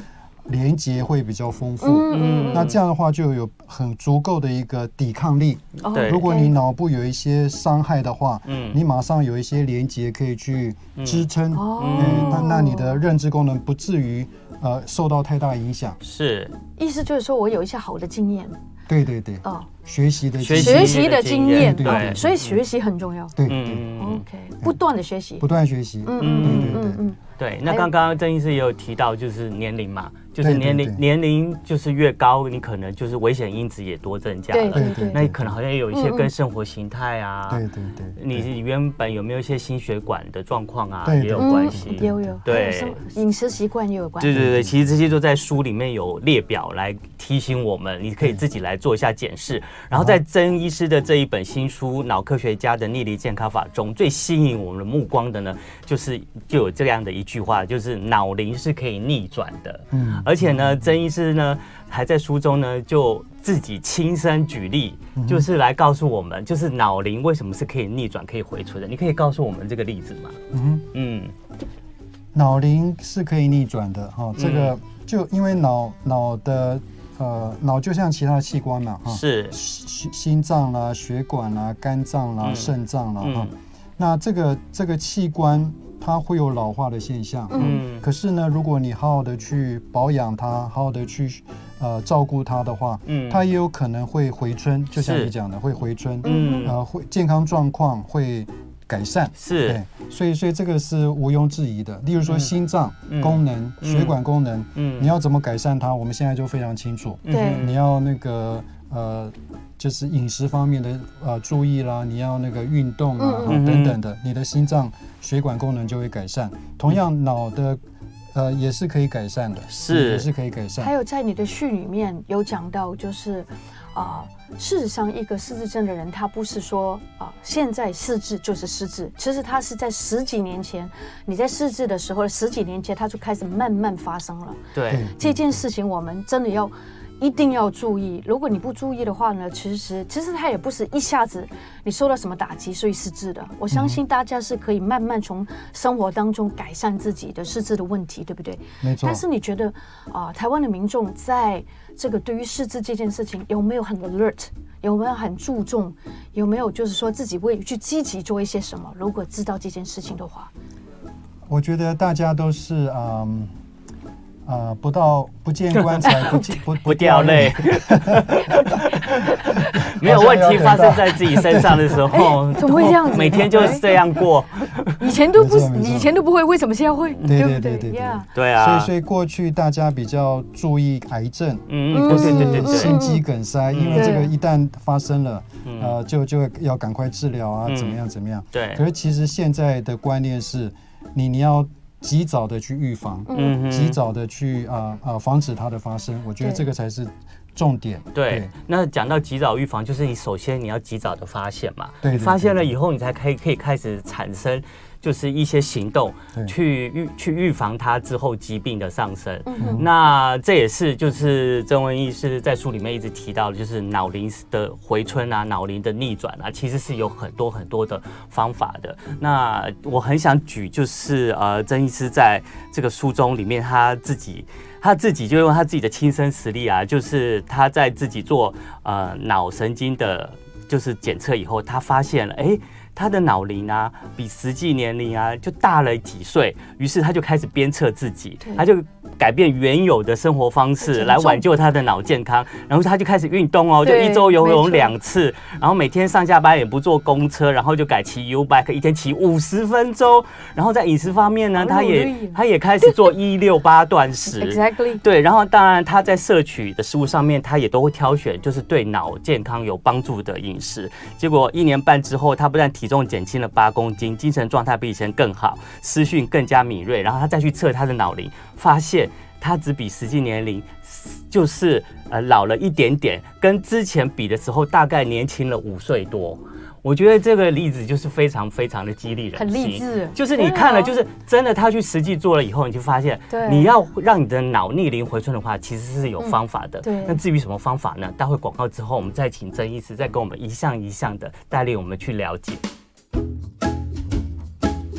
[SPEAKER 4] 连结会比较丰富。嗯，那这样的话就有很足够的一个抵抗力。
[SPEAKER 3] 对，
[SPEAKER 4] 如果你脑部有一些伤害的话，嗯，你马上有一些连结可以去支撑，嗯，那那你的认知功能不至于呃受到太大影响。
[SPEAKER 3] 是，
[SPEAKER 2] 意思就是说我有一些好的经验。
[SPEAKER 4] 对对对，哦，学习的
[SPEAKER 2] 学习的经验，
[SPEAKER 3] 对，
[SPEAKER 2] 所以学习很重要。
[SPEAKER 4] 对对
[SPEAKER 2] ，OK， 不断的学习，
[SPEAKER 4] 不断学习，嗯嗯对对对。
[SPEAKER 3] 对，那刚刚郑医师也有提到，就是年龄嘛，就是年龄年龄就是越高，你可能就是危险因子也多增加了。
[SPEAKER 2] 对对对，
[SPEAKER 3] 那可能好像也有一些跟生活形态啊，
[SPEAKER 4] 对对对，
[SPEAKER 3] 你原本有没有一些心血管的状况啊，也有关系。
[SPEAKER 2] 有有，对，饮食习惯也有关系。
[SPEAKER 3] 对对对，其实这些都在书里面有列表来提醒我们，你可以自己来做一下检视。然后在曾医师的这一本新书《脑科学家的逆龄健康法》中，最吸引我们的目光的呢，就是就有这样的一句话，就是脑龄是可以逆转的。嗯，而且呢，曾医师呢还在书中呢就自己亲身举例，嗯、就是来告诉我们，就是脑龄为什么是可以逆转、可以回春的。你可以告诉我们这个例子吗？嗯嗯，
[SPEAKER 4] 脑龄是可以逆转的哈、哦，这个就因为脑脑的。呃，脑就像其他的器官嘛，哈，
[SPEAKER 3] 是
[SPEAKER 4] 心脏啦、血管啦、肝脏啦、肾、嗯、脏啦，哈、嗯。那这个这个器官它会有老化的现象，嗯。可是呢，如果你好好的去保养它，好好的去呃照顾它的话，嗯，它也有可能会回春，就像你讲的会回春，嗯，呃，会健康状况会改善，
[SPEAKER 3] 是，
[SPEAKER 4] 对，所以所以这个是毋庸置疑的。例如说心脏功能、嗯、血管功能，嗯，你要怎么改善它，我们现在就非常清楚。
[SPEAKER 2] 对，
[SPEAKER 4] 你要那个呃，就是饮食方面的呃注意啦，你要那个运动啊、嗯、等等的，你的心脏血管功能就会改善。同样，脑的呃也是可以改善的，
[SPEAKER 3] 是
[SPEAKER 4] 也是可以改善。
[SPEAKER 2] 还有在你的序里面有讲到，就是啊。呃事实上，一个失智症的人，他不是说啊、呃，现在失智就是失智。其实他是在十几年前，你在失智的时候，十几年前他就开始慢慢发生了。
[SPEAKER 3] 对，
[SPEAKER 2] 这件事情我们真的要一定要注意。如果你不注意的话呢，其实其实他也不是一下子你受到什么打击所以失智的。我相信大家是可以慢慢从生活当中改善自己的失智的问题，对不对？
[SPEAKER 4] 没错。
[SPEAKER 2] 但是你觉得啊、呃，台湾的民众在这个对于失智这件事情有没有很 alert， 有没有很注重，有没有就是说自己会去积极做一些什么？如果知道这件事情的话，
[SPEAKER 4] 我觉得大家都是嗯呃不到不见棺材不不
[SPEAKER 3] 不掉泪，没有问题发生在自己身上的时候，
[SPEAKER 2] 怎么会这样子？
[SPEAKER 3] 每天就是这样过，
[SPEAKER 2] 以前都不以前都不会，为什么现在会？
[SPEAKER 4] 对对对对对
[SPEAKER 3] 对啊！
[SPEAKER 4] 所以所以过去大家比较注意癌症，
[SPEAKER 3] 嗯，
[SPEAKER 4] 或是
[SPEAKER 3] 对对对
[SPEAKER 4] 心肌梗塞，因为这个一旦发生了，呃，就就要赶快治疗啊，怎么样怎么样？
[SPEAKER 3] 对。
[SPEAKER 4] 可是其实现在的观念是，你你要及早的去预防，嗯，及早的去啊啊防止它的发生，我觉得这个才是重点。
[SPEAKER 3] 对，对，那讲到及早预防，就是你首先你要及早的发现嘛，
[SPEAKER 4] 对，
[SPEAKER 3] 你发现了以后，你才可以可以开始产生就是一些行动，去预去预防它之后疾病的上升。嗯、那这也是就是曾文医师在书里面一直提到的，就是脑龄的回春啊，脑龄的逆转啊，其实是有很多很多的方法的。那我很想举就是呃曾医师在这个书中里面他自己。他自己就用他自己的亲身实例啊，就是他在自己做呃脑神经的，就是检测以后，他发现了，哎，他的脑龄啊比实际年龄啊就大了几岁，于是他就开始鞭策自己，他就改变原有的生活方式来挽救他的脑健康，然后他就开始运动哦，就一周游泳两次，然后每天上下班也不坐公车，然后就改骑 U bike， 一天骑五十分钟，然后在饮食方面呢，他也他也开始做一六八断食
[SPEAKER 2] ，exactly，
[SPEAKER 3] 对，然后当然他在摄取的食物上面，他也都会挑选就是对脑健康有帮助的饮食，结果一年半之后，他不但体重减轻了八公斤，精神状态比以前更好，思绪更加敏锐，然后他再去测他的脑龄，发现他只比实际年龄就是呃老了一点点，跟之前比的时候大概年轻了五岁多。我觉得这个例子就是非常非常的激励人心，
[SPEAKER 2] 很励志。
[SPEAKER 3] 就是你看了，就是真的他去实际做了以后，你就发现，你要让你的脑逆龄回春的话，其实是有方法的。
[SPEAKER 2] 对。
[SPEAKER 3] 那至于什么方法呢？待会广告之后，我们再请曾医师再跟我们一项一项的带领我们去了解。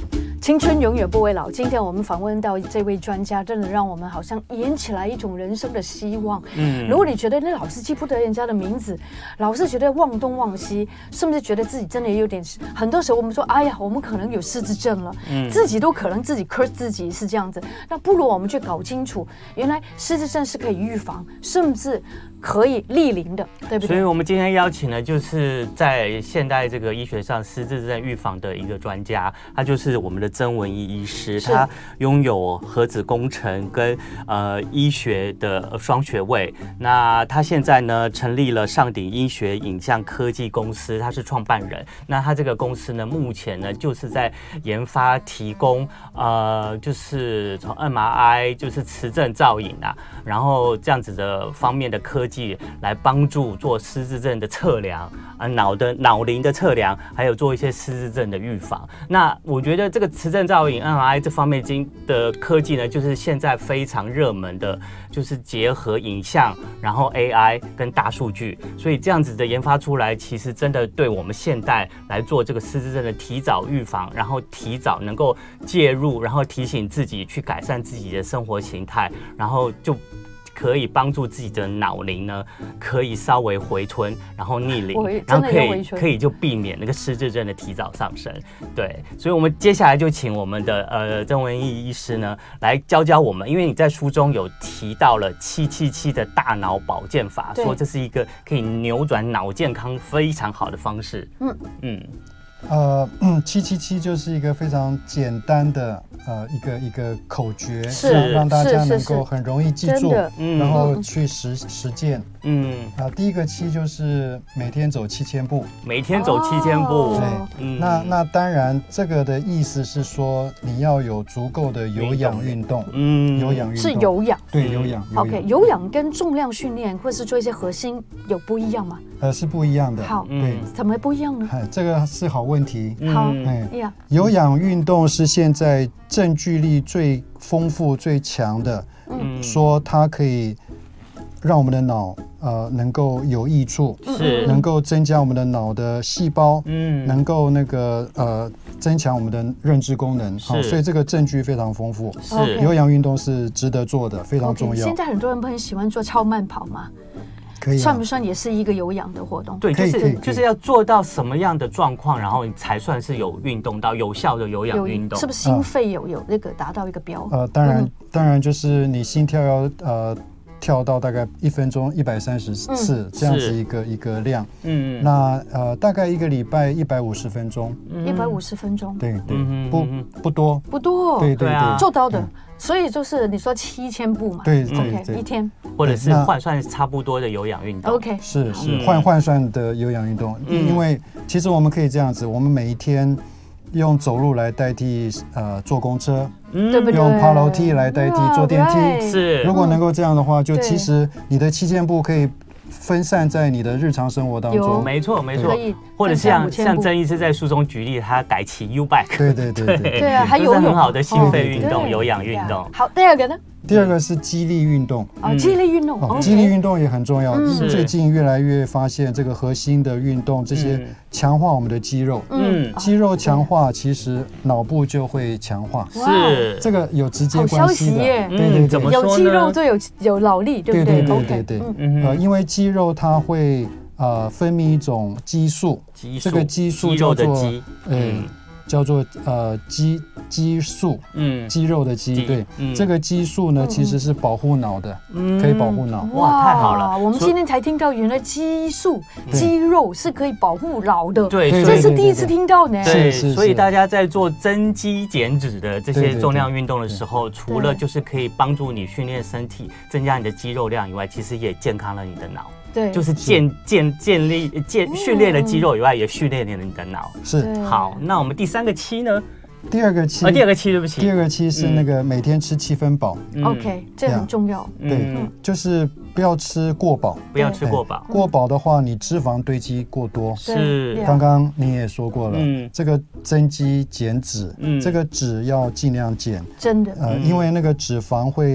[SPEAKER 2] 青春永远不会老。今天我们访问到这位专家，真的让我们好像燃起来一种人生的希望。嗯，如果你觉得那老是记不得人家的名字，老是觉得忘东忘西，甚至觉得自己真的有点，很多时候我们说，哎呀，我们可能有失智症了，嗯，自己都可能自己 curse 自己是这样子。那不如我们去搞清楚，原来失智症是可以预防，甚至可以逆龄的，对不对？
[SPEAKER 3] 所以我们今天邀请的就是在现代这个医学上失智症预防的一个专家，他就是我们的曾文义医师，他拥有核子工程跟呃医学的双学位。那他现在呢成立了上鼎医学影像科技公司，他是创办人。那他这个公司呢，目前呢就是在研发提供呃就是从 M R I 就是磁振造影啊，然后这样子的方面的科技来帮助做失智症的测量啊，脑的脑龄的测量，还有做一些失智症的预防。那我觉得这个磁振造影 M R I 这方面的科技呢，就是现在非常热门的，就是结合影像，然后 A I 跟大数据，所以这样子的研发出来，其实真的对我们现代来做这个失智症的提早预防，然后提早能够介入，然后提醒自己去改善自己的生活形态，然后就可以帮助自己的脑龄呢，可以稍微回春，然后逆龄，然后可以可以就避免那个失智症的提早上升。对，所以我们接下来就请我们的呃曾文义医师呢来教教我们，因为你在书中有提到了七七七的大脑保健法，说这是一个可以扭转脑健康非常好的方式。嗯嗯。
[SPEAKER 4] 呃，七七七就是一个非常简单的呃一个一个口诀，让让大家能够很容易记住，然后去实实践。嗯，啊，第一个七就是每天走七千步，
[SPEAKER 3] 每天走七千步。
[SPEAKER 4] 对，嗯、那那当然这个的意思是说你要有足够的有氧运动，嗯，有氧运动
[SPEAKER 2] 是有氧，
[SPEAKER 4] 对，有氧。
[SPEAKER 2] OK， 有氧跟重量训练或是做一些核心有不一样吗？
[SPEAKER 4] 呃，是不一样的。
[SPEAKER 2] 好，
[SPEAKER 4] 对，
[SPEAKER 2] 怎么不一样呢？
[SPEAKER 4] 这个是好问题。
[SPEAKER 2] 好，
[SPEAKER 4] 哎呀，有氧运动是现在证据力最丰富、最强的，嗯，说它可以让我们的脑呃能够有益处，是能够增加我们的脑的细胞，嗯，能够那个呃增强我们的认知功能，好，所以这个证据非常丰富。是有氧运动是值得做的，非常重要。
[SPEAKER 2] 现在很多人不很喜欢做超慢跑吗？
[SPEAKER 4] 可以、啊、
[SPEAKER 2] 算不算也是一个有氧的活动？
[SPEAKER 3] 对，就是就是要做到什么样的状况，然后你才算是有运动到有效的有氧运动？
[SPEAKER 2] 是不是心肺有有那个达到一个标？
[SPEAKER 4] 呃，当然，嗯、当然就是你心跳要呃跳到大概一分钟一百三十次、嗯、这样子一个一个量。嗯，那呃大概一个礼拜一百五十分钟。
[SPEAKER 2] 一百五十分钟。
[SPEAKER 4] 对对，嗯、不不多
[SPEAKER 2] 不多。
[SPEAKER 4] 对对对，
[SPEAKER 2] 做到的。嗯，所以就是你说七千步嘛，
[SPEAKER 4] 对对
[SPEAKER 2] ，OK， 一天，
[SPEAKER 3] 或者是换算差不多的有氧运动
[SPEAKER 2] ，OK，
[SPEAKER 4] 是是换换算的有氧运动，因为其实我们可以这样子，我们每一天用走路来代替呃坐公车，对不对？用爬楼梯来代替坐电梯，是。如果能够这样的话，就其实你的七千步可以分散在你的日常生活当中，
[SPEAKER 3] 没错没错，或者像像曾医师在书中举例，他改骑 U bike，
[SPEAKER 4] 对对对对
[SPEAKER 2] 对啊，还有
[SPEAKER 3] 很好的心肺运动、有氧运动。
[SPEAKER 2] 好，第二个呢？
[SPEAKER 4] 第二个是肌力运动，
[SPEAKER 2] 哦，肌力运动，哦，
[SPEAKER 4] 肌力运动也很重要。最近越来越发现，这个核心的运动，这些强化我们的肌肉，嗯，肌肉强化，其实脑部就会强化，
[SPEAKER 3] 是
[SPEAKER 4] 这个有直接关系的。
[SPEAKER 2] 对对对，有肌肉就有有脑力，对不对？
[SPEAKER 4] 对对对对对，呃，因为肌肉它会呃分泌一种激素，这个激素叫做嗯。叫做呃肌激素，嗯，肌肉的肌，对，嗯、这个激素呢、嗯、其实是保护脑的，嗯、可以保护脑。
[SPEAKER 3] 哇，太好了！
[SPEAKER 2] 我们今天才听到，原来激素、肌肉是可以保护脑的，
[SPEAKER 3] 对，
[SPEAKER 2] 这是第一次听到呢。
[SPEAKER 3] 对，所以大家在做增肌减脂的这些重量运动的时候，除了就是可以帮助你训练身体、增加你的肌肉量以外，其实也健康了你的脑。对，就是建建建立建训练了肌肉以外，也训练了你的脑。
[SPEAKER 4] 是。
[SPEAKER 3] 好，那我们第三个七呢？
[SPEAKER 4] 第二个七，
[SPEAKER 3] 啊，第二个七，对不起，
[SPEAKER 4] 第二个七是那个每天吃七分饱。
[SPEAKER 2] OK， 这很重要。
[SPEAKER 4] 对，就是不要吃过饱，
[SPEAKER 3] 不要吃过饱。
[SPEAKER 4] 过饱的话，你脂肪堆积过多。
[SPEAKER 3] 是。
[SPEAKER 4] 刚刚你也说过了，这个增肌减脂，这个脂要尽量减。
[SPEAKER 2] 真的。
[SPEAKER 4] 呃，因为那个脂肪会。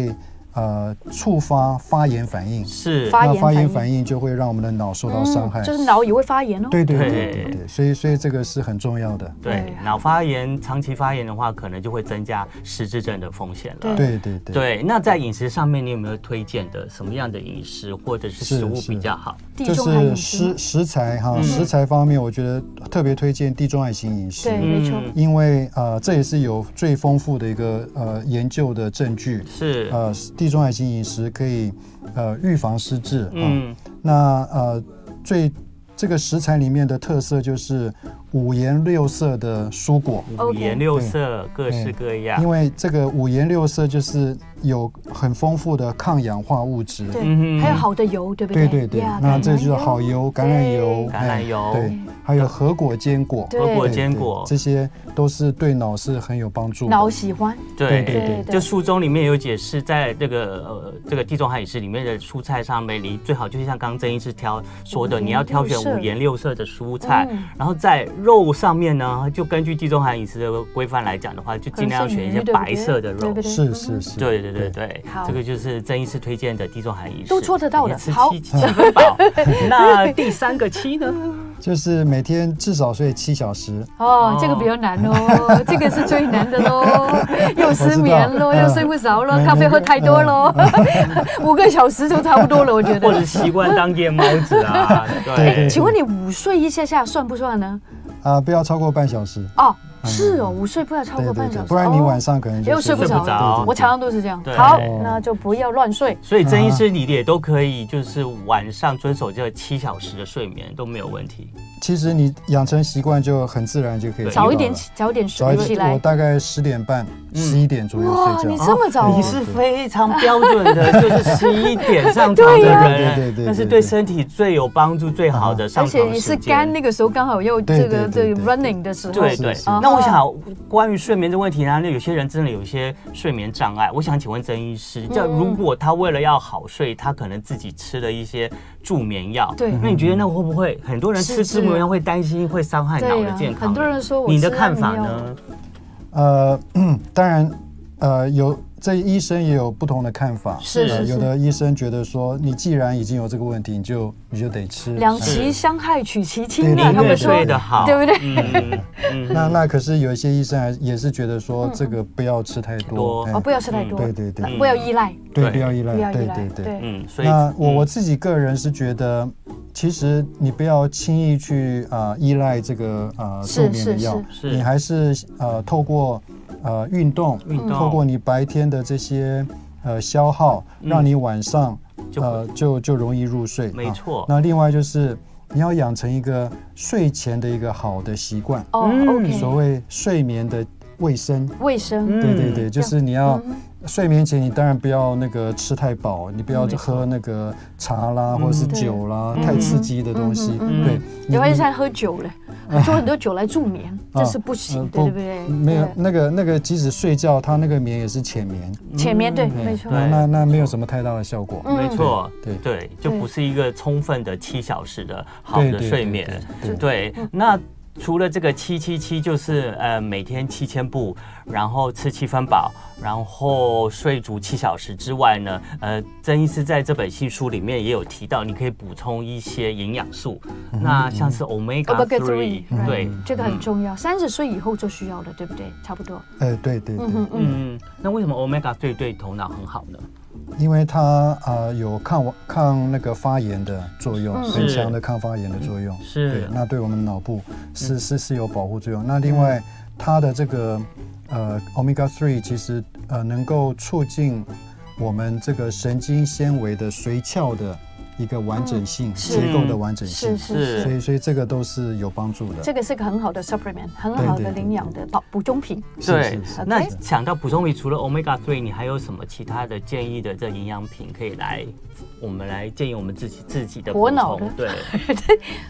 [SPEAKER 4] 呃触发发炎反应，
[SPEAKER 3] 是
[SPEAKER 2] 发炎
[SPEAKER 4] 那发炎
[SPEAKER 2] 反
[SPEAKER 4] 反应就会让我们的脑受到伤害，
[SPEAKER 2] 嗯，就是脑也会发炎哦。
[SPEAKER 4] 对对对
[SPEAKER 3] 对
[SPEAKER 4] 对对，所以所以这个是很重要的。
[SPEAKER 3] 对，脑发炎长期发炎的话，可能就会增加失智症的风险了。
[SPEAKER 4] 对对对。
[SPEAKER 3] 对，那在饮食上面，你有没有推荐的什么样的饮食或者是食物比较好？
[SPEAKER 4] 就是食食材哈，
[SPEAKER 3] 嗯
[SPEAKER 4] 食材方面，我觉得特别推荐地中海型饮食。
[SPEAKER 2] 对，没错。
[SPEAKER 4] 因为呃，这也是有最丰富的一个呃研究的证据。
[SPEAKER 3] 是
[SPEAKER 4] 呃，地中海型饮食可以呃预防失智。
[SPEAKER 3] 嗯，
[SPEAKER 4] 那呃最这个食材里面的特色就是五颜六色的蔬果，
[SPEAKER 3] 五颜六色，各式各样。
[SPEAKER 4] 因为这个五颜六色就是有很丰富的抗氧化物质，
[SPEAKER 2] 对，还有好的油，对不对？
[SPEAKER 4] 对对对，那这就是好油，橄榄油，
[SPEAKER 3] 橄榄油，
[SPEAKER 4] 对，还有核果坚果，
[SPEAKER 3] 核果坚果，
[SPEAKER 4] 这些都是对脑是很有帮助的。
[SPEAKER 2] 脑喜欢，
[SPEAKER 3] 对
[SPEAKER 4] 对对，
[SPEAKER 3] 就书中里面有解释，在这个呃这个地中海饮食里面的蔬菜上面，你最好就是像刚刚曾医师挑说的，你要挑选五颜六色的蔬菜，然后在肉上面呢，就根据地中海饮食的规范来讲的话，就尽量要选一些白色的肉。
[SPEAKER 4] 是是是，
[SPEAKER 3] 对对对对，这个就是曾医师推荐的地中海饮食，
[SPEAKER 2] 都做得到的。
[SPEAKER 3] 吃七七分饱。那第三个七呢？
[SPEAKER 4] 就是每天至少睡七小时。
[SPEAKER 2] 哦，这个比较难哦，这个是最难的喽，又失眠喽，又睡不着喽，咖啡喝太多喽，五个小时就差不多了，我觉得。
[SPEAKER 3] 或者习惯当夜猫子啊，对。
[SPEAKER 2] 请问你午睡一下下算不算呢？
[SPEAKER 4] 啊，不要超过半小时。
[SPEAKER 2] 哦。是哦，午睡不要超过半小时，
[SPEAKER 4] 不然你晚上可能
[SPEAKER 2] 又睡不着。我常常都是这样。
[SPEAKER 3] 对
[SPEAKER 2] 好，那就不要乱睡。
[SPEAKER 3] 所以曾医师你也都可以，就是晚上遵守这七小时的睡眠都没有问题。
[SPEAKER 4] 其实你养成习惯就很自然就可以
[SPEAKER 2] 早一点早一点睡起来。
[SPEAKER 4] 我大概十点半、十一点左右睡觉。
[SPEAKER 2] 你这么早？
[SPEAKER 3] 你是非常标准的，就是十一点上床的人，对对对，那是对身体最有帮助、最好的上床时间。
[SPEAKER 2] 而且你是肝那个时候刚好又这个对 running 的时候。
[SPEAKER 3] 对对。那我想。关于睡眠的问题呢，那有些人真的有一些睡眠障碍。我想请问曾医师，就如果他为了要好睡，他可能自己吃了一些助眠药，
[SPEAKER 2] 对，
[SPEAKER 3] 那你觉得那会不会很多人吃助眠药会担心会伤害脑的健康？
[SPEAKER 2] 很多人说，
[SPEAKER 3] 你的看法呢？
[SPEAKER 4] 呃，当然，呃，有。这医生也有不同的看法，
[SPEAKER 2] 是是是，
[SPEAKER 4] 有的医生觉得说，你既然已经有这个问题，你就你就得吃。
[SPEAKER 2] 两其相害取其轻啊，
[SPEAKER 3] 他们说的好，
[SPEAKER 2] 对不对？
[SPEAKER 3] 嗯
[SPEAKER 4] 嗯、那那可是有一些医生还也是觉得说，这个不要吃太多，
[SPEAKER 2] 哦，不要吃太多，
[SPEAKER 4] 对对对，
[SPEAKER 2] 不要依赖，
[SPEAKER 4] 对，不要依赖，对对对，嗯，所以那我我自己个人是觉得，其实你不要轻易去啊依赖这个啊助眠的药，你还是呃透过。呃，运动，运动，透过你白天的这些呃消耗，让你晚上呃就就容易入睡。
[SPEAKER 3] 没错。
[SPEAKER 4] 那另外就是你要养成一个睡前的一个好的习惯。
[SPEAKER 2] 哦 ，OK。
[SPEAKER 4] 所谓睡眠的卫生。
[SPEAKER 2] 卫生。
[SPEAKER 4] 对对对，就是你要睡眠前，你当然不要那个吃太饱，你不要喝那个茶啦或者是酒啦，太刺激的东西。对。
[SPEAKER 2] 有些人喝酒了。做很多酒来助眠，这是不行，对不对？
[SPEAKER 4] 没有那个那个，即使睡觉，他那个眠也是浅眠。
[SPEAKER 2] 浅眠对，没错。
[SPEAKER 4] 那那没有什么太大的效果。
[SPEAKER 3] 没错，
[SPEAKER 4] 对
[SPEAKER 3] 对，就不是一个充分的七小时的好的睡眠。对，那除了这个七七七，就是呃每天七千步，然后吃七分饱，然后睡足七小时之外呢，呃，曾医师在这本新书里面也有提到，你可以补充一些营养素，那像是 omega three， 对，
[SPEAKER 2] 这个很重要，三十岁以后就需要了，对不对？差不多。
[SPEAKER 4] 哎，对对对，
[SPEAKER 3] 嗯，那为什么 omega three 对头脑很好呢？
[SPEAKER 4] 因为它呃有抗抗那个发炎的作用，很强的抗发炎的作用，
[SPEAKER 3] 是
[SPEAKER 4] 对，那对我们脑部是是是有保护作用。那另外它的这个呃 omega three 其实呃能够促进我们这个神经纤维的髓鞘的一个完整性，结构的完整性，
[SPEAKER 2] 是是，
[SPEAKER 4] 所以所以这个都是有帮助的。
[SPEAKER 2] 这个是个很好的 supplement， 很好的营养的补补充品。
[SPEAKER 3] 对，那想到补充品，除了 omega three， 你还有什么其他的建议的这营养品可以来，我们来建议我们自己自己的补充？
[SPEAKER 2] 活脑的，
[SPEAKER 3] 对。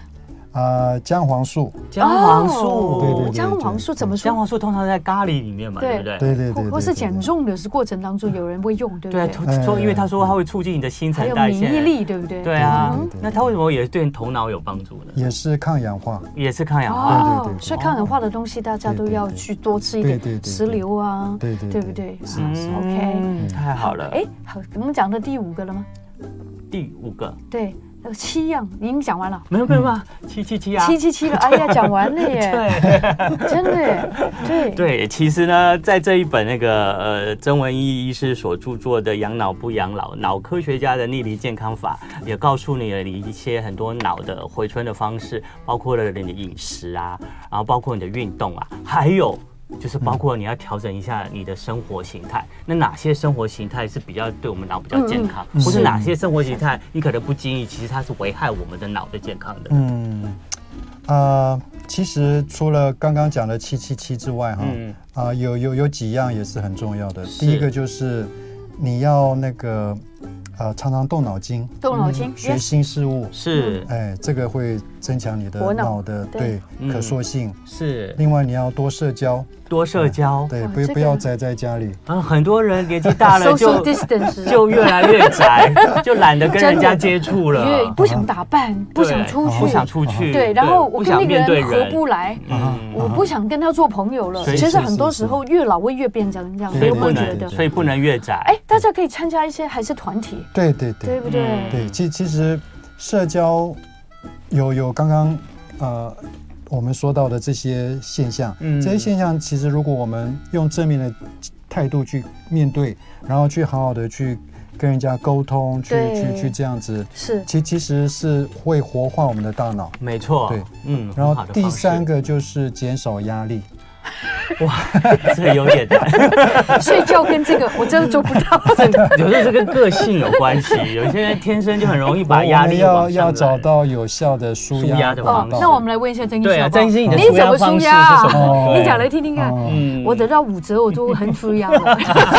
[SPEAKER 4] 啊，姜黄素，
[SPEAKER 3] 姜黄素，
[SPEAKER 4] 对对对，
[SPEAKER 2] 姜黄素怎么说？
[SPEAKER 3] 姜黄素通常在咖喱里面嘛，对不对？
[SPEAKER 4] 对对对，
[SPEAKER 2] 或是减重的过程当中，有人会用，对不对？
[SPEAKER 3] 对，说因为他说它会促进你的新陈代谢，
[SPEAKER 2] 还有免疫力，对不对？
[SPEAKER 3] 对啊，那它为什么也对头脑有帮助呢？
[SPEAKER 4] 也是抗氧化，
[SPEAKER 3] 也是抗氧化，
[SPEAKER 2] 对对对。所以抗氧化的东西，大家都要去多吃一点，石榴啊，
[SPEAKER 4] 对对
[SPEAKER 2] 对不对？
[SPEAKER 4] 是是
[SPEAKER 2] ，OK，
[SPEAKER 3] 太好了。
[SPEAKER 2] 哎，好，我们讲的第五个了吗？
[SPEAKER 3] 第五个，
[SPEAKER 2] 对。有七样，你已经讲完了？
[SPEAKER 3] 没有没有啊，七七七啊，
[SPEAKER 2] 七七七了！哎呀，讲完了耶！对，真的耶，对
[SPEAKER 3] 对。其实呢，在这一本那个呃曾文义医师所著作的《养脑不养老：脑科学家的逆龄健康法》，也告诉你了一些很多脑的回春的方式，包括了你的饮食啊，然后包括你的运动啊，还有。就是包括你要调整一下你的生活形态，那哪些生活形态是比较对我们脑比较健康，嗯、或是哪些生活形态你可能不经意，其实它是危害我们的脑的健康的。
[SPEAKER 4] 嗯，呃，其实除了刚刚讲的七七七之外，哈、嗯，啊、呃，有有有几样也是很重要的。第一个就是你要那个。呃，常常动脑筋，
[SPEAKER 2] 动脑筋，
[SPEAKER 4] 学新事物
[SPEAKER 3] 是，
[SPEAKER 4] 哎，这个会增强你的脑的对可塑性。
[SPEAKER 3] 是，
[SPEAKER 4] 另外你要多社交，
[SPEAKER 3] 多社交，
[SPEAKER 4] 对，不不要宅在家里。
[SPEAKER 3] 啊，很多人年纪大了就就越来越宅，就懒得跟人家接触了，
[SPEAKER 2] 因为不想打扮，不想出去，
[SPEAKER 3] 不想出去，
[SPEAKER 2] 对，然后我跟那个人合不来，我不想跟他做朋友了。其实很多时候越老会越变成这样，
[SPEAKER 3] 所以不能，所以不能越宅。
[SPEAKER 2] 哎，大家可以参加一些还是团体。
[SPEAKER 4] 对对对，
[SPEAKER 2] 对不对？
[SPEAKER 4] 对，其其实社交有有刚刚呃我们说到的这些现象，嗯、这些现象其实如果我们用正面的态度去面对，然后去好好的去跟人家沟通，去去去这样子，
[SPEAKER 2] 是
[SPEAKER 4] 其其实是会活化我们的大脑。
[SPEAKER 3] 没错，
[SPEAKER 4] 对，嗯。然后第三个就是减少压力。
[SPEAKER 3] 哇，这有点难。
[SPEAKER 2] 睡觉跟这个我真的做不到。
[SPEAKER 3] 有时候这跟个性有关系，有些人天生就很容易把压力
[SPEAKER 4] 要要找到有效的舒压的方式。
[SPEAKER 2] 那我们来问一下曾医师，
[SPEAKER 3] 对啊，曾医师你的
[SPEAKER 2] 你怎么舒压？你讲来听听看。
[SPEAKER 3] 嗯，
[SPEAKER 2] 我得到五折，我都很舒压了。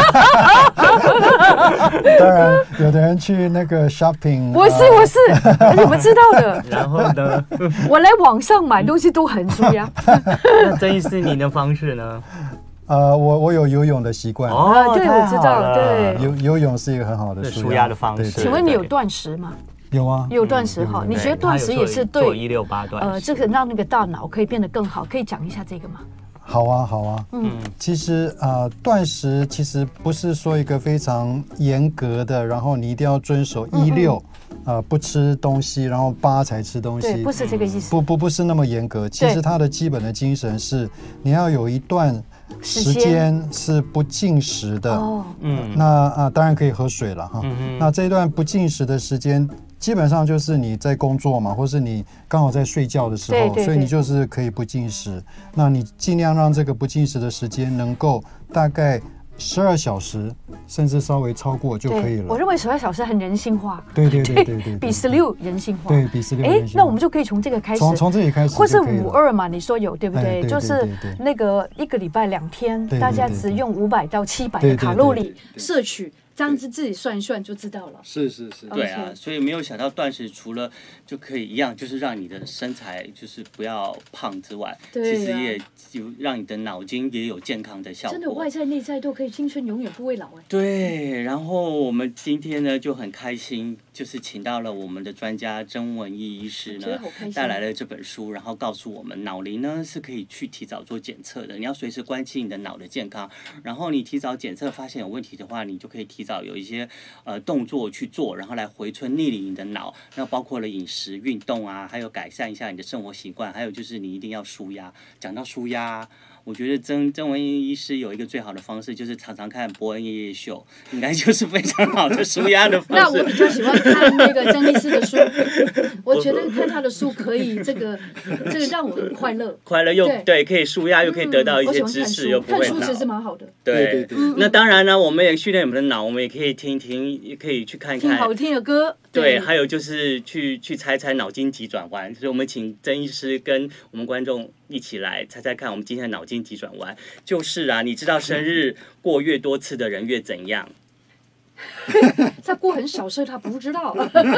[SPEAKER 4] 当然，有的人去那个 shopping，
[SPEAKER 2] 我是我是，你怎么知道的？
[SPEAKER 3] 然后呢？
[SPEAKER 2] 我来网上买东西都很舒压。
[SPEAKER 3] 那曾医师你的方式呢？
[SPEAKER 4] 呃，我我有游泳的习惯。
[SPEAKER 2] 哦，对，我知道，对，
[SPEAKER 4] 游游泳是一个很好的
[SPEAKER 3] 舒压的方式。
[SPEAKER 2] 请问你有断食吗？
[SPEAKER 4] 有啊，
[SPEAKER 2] 有断食哈。你觉得断食也是对
[SPEAKER 3] 一六八断食？
[SPEAKER 2] 呃，这个让那个大脑可以变得更好，可以讲一下这个吗？
[SPEAKER 4] 好啊，好啊，嗯，其实啊，断食其实不是说一个非常严格的，然后你一定要遵守一六。啊、呃，不吃东西，然后八才吃东西，
[SPEAKER 2] 对，不是这个意思。
[SPEAKER 4] 不不不是那么严格。其实它的基本的精神是，你要有一段时间是不进食的。哦，嗯，那啊、呃，当然可以喝水了哈。嗯、那这一段不进食的时间，基本上就是你在工作嘛，或是你刚好在睡觉的时候，
[SPEAKER 2] 对对对，
[SPEAKER 4] 所以你就是可以不进食。那你尽量让这个不进食的时间能够大概十二小时，甚至稍微超过就可以了。
[SPEAKER 2] 我认为十二小时很人性化，
[SPEAKER 4] 对对对对对，
[SPEAKER 2] 比十六人性化，
[SPEAKER 4] 对比十六。
[SPEAKER 2] 哎，那我们就可以从这个开始，
[SPEAKER 4] 从从这里开始，
[SPEAKER 2] 或是五二嘛？你说有对不对？
[SPEAKER 4] 哎、
[SPEAKER 2] 就是那个一个礼拜两天，大家只用五百到七百的卡路里摄取。这样子自己算一算就知道了。
[SPEAKER 4] 是是是，
[SPEAKER 3] 对啊，所以没有想到断食除了就可以一样，就是让你的身材就是不要胖之外，
[SPEAKER 2] 对啊、
[SPEAKER 3] 其实也就让你的脑筋也有健康的效果。
[SPEAKER 2] 真的，外在内在都可以青春永远不会老哎。
[SPEAKER 3] 对，然后我们今天呢就很开心，就是请到了我们的专家曾文义医师呢，带来了这本书，然后告诉我们脑龄呢是可以去提早做检测的，你要随时关心你的脑的健康，然后你提早检测发现有问题的话，你就可以提早有一些呃动作去做，然后来回春逆龄你的脑，那包括了饮食、运动啊，还有改善一下你的生活习惯，还有就是你一定要舒压。讲到舒压，我觉得曾曾文义医师有一个最好的方式，就是常常看伯恩夜夜秀，应该就是非常好的舒压的方式。
[SPEAKER 2] 那我比较喜欢看那个曾医师的书，我觉得看他的书可以这个这个让我很快乐，
[SPEAKER 3] 快乐又 对, 对可以舒压，又可以得到一些知识，嗯、又不会
[SPEAKER 2] 看书其实蛮好的。
[SPEAKER 3] 对对对。那当然呢，我们也训练我们的脑，我们也可以听一听，也可以去看一看
[SPEAKER 2] 听好听的歌。
[SPEAKER 3] 对，还有就是去去猜猜脑筋急转弯，所以我们请曾医师跟我们观众一起来猜猜看，我们今天的脑筋急转弯就是啊，你知道生日过越多次的人越怎样？
[SPEAKER 2] 他过很少，所以他不知道。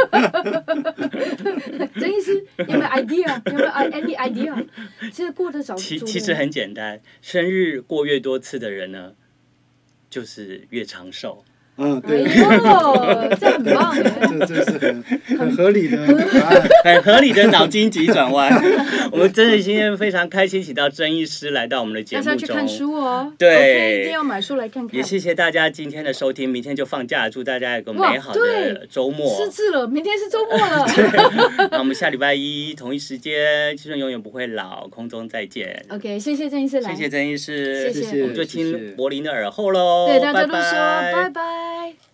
[SPEAKER 2] 曾医师有没有 idea？ 有没有 any idea？ 其实过得早。
[SPEAKER 5] 其其实很简单，生日过越多次的人呢，就是越长寿。
[SPEAKER 6] 嗯，对，
[SPEAKER 2] 哎呦，这很棒耶！
[SPEAKER 6] 这这是很很合理的答案，
[SPEAKER 5] 很合理的脑筋急转弯。我们真的今天非常开心，请到曾医师来到我们的节目中。
[SPEAKER 2] 大家去看书哦，
[SPEAKER 5] 对，
[SPEAKER 2] okay, 一定要买书来看看。
[SPEAKER 5] 也谢谢大家今天的收听，明天就放假，祝大家有个美好的周末。
[SPEAKER 2] 失智了，明天是周末了。
[SPEAKER 5] 那我们下礼拜一同一时间，青春永远不会老，空中再见。
[SPEAKER 2] OK， 谢谢曾医师来，
[SPEAKER 5] 谢谢曾医师，
[SPEAKER 2] 谢谢，
[SPEAKER 5] 我们就听柏林的耳后喽。
[SPEAKER 2] 对，大家都说拜拜。